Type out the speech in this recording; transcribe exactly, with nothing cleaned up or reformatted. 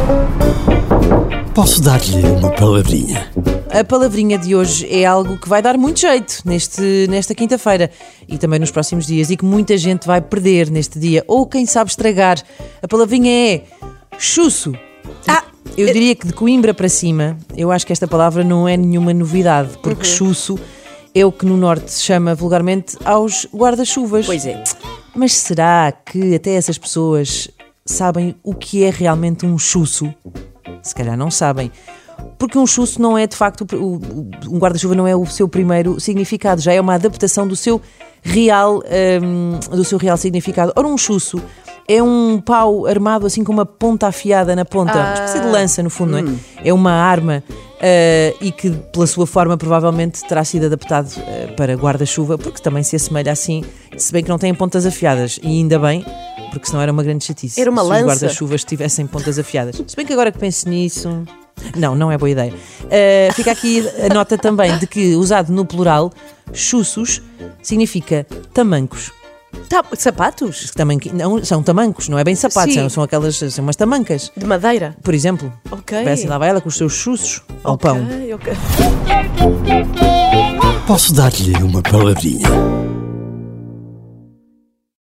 Posso dar-lhe uma palavrinha? A palavrinha de hoje é algo que vai dar muito jeito neste, nesta quinta-feira e também nos próximos dias e que muita gente vai perder neste dia ou quem sabe estragar. A palavrinha é chuço. Ah, Eu diria que de Coimbra para cima, eu acho que esta palavra não é nenhuma novidade, porque Uhum. chuço é o que no norte se chama vulgarmente aos guarda-chuvas. Pois é. Mas será que até essas pessoas sabem o que é realmente um chuço? Se calhar não sabem. Porque um chuço não é de facto, o- o- um guarda-chuva não é o seu primeiro significado, já é uma adaptação do seu real, hum, do seu real significado. Ora, um chuço é um pau armado assim com uma ponta afiada na ponta, uma espécie de lança no fundo, não é? É uma arma uh, e que pela sua forma provavelmente terá sido adaptado uh, para guarda-chuva, porque também se assemelha assim, se bem que não tem pontas afiadas, e ainda bem, porque senão era uma grande chatice. Era uma se lança. os guarda-chuvas tivessem pontas afiadas. Se bem que agora que penso nisso... Não, não é boa ideia. Uh, fica aqui a nota também de que, usado no plural, chuços significa tamancos. Tá, sapatos? Taman... Não, são tamancos, não é bem sapatos, Sim. são, são aquelas, são umas tamancas. De madeira? Por exemplo, Ok. vai assim lá vai ela com os seus chuços ao Ok, pão. ok. Posso dar-lhe uma palavrinha?